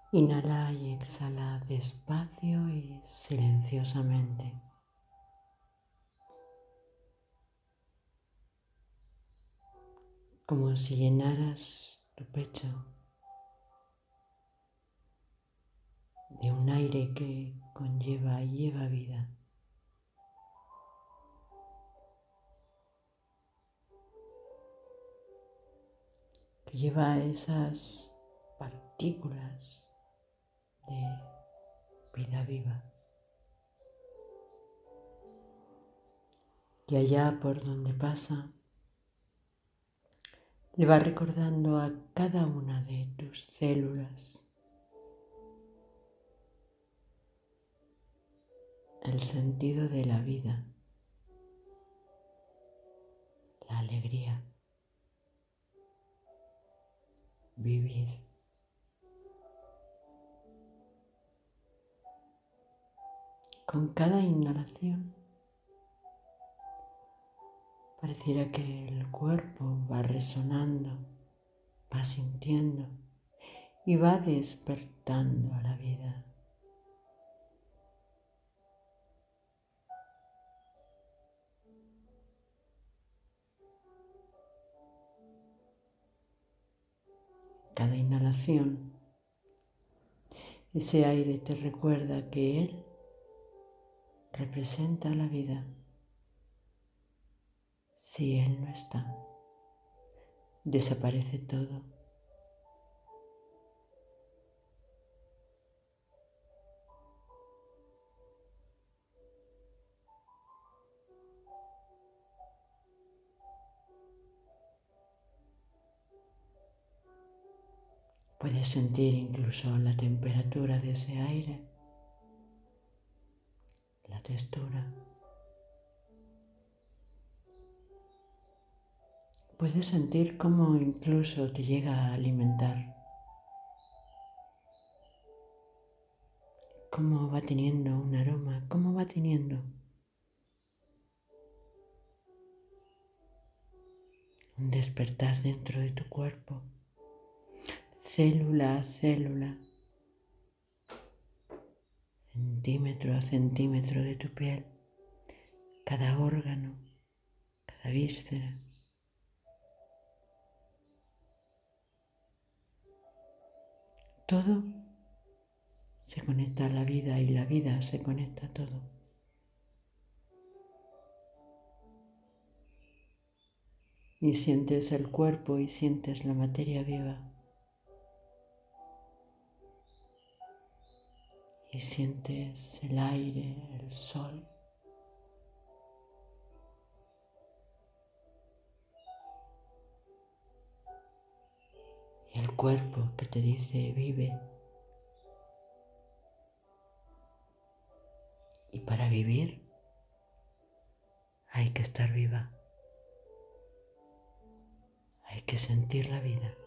Inhala y exhala despacio y silenciosamente. Como si llenaras tu pecho de un aire que conlleva y lleva vida. Que lleva esas partículas de vida viva. Y allá por donde pasa, le va recordando a cada una de tus células el sentido de la vida, la alegría, vivir. Con cada inhalación pareciera que el cuerpo va resonando, va sintiendo y va despertando a la vida. Cada inhalación, ese aire te recuerda que él representa la vida. Si él no está, desaparece todo. Puedes sentir incluso la temperatura de ese aire, la textura. Puedes sentir cómo incluso te llega a alimentar, cómo va teniendo un aroma, cómo va teniendo un despertar dentro de tu cuerpo, célula a célula, centímetro a centímetro de tu piel, cada órgano, cada víscera. Todo se conecta a la vida y la vida se conecta a todo. Y sientes el cuerpo y sientes la materia viva. Y sientes el aire, el sol. Y el cuerpo que te dice vive. Y para vivir hay que estar viva. Hay que sentir la vida.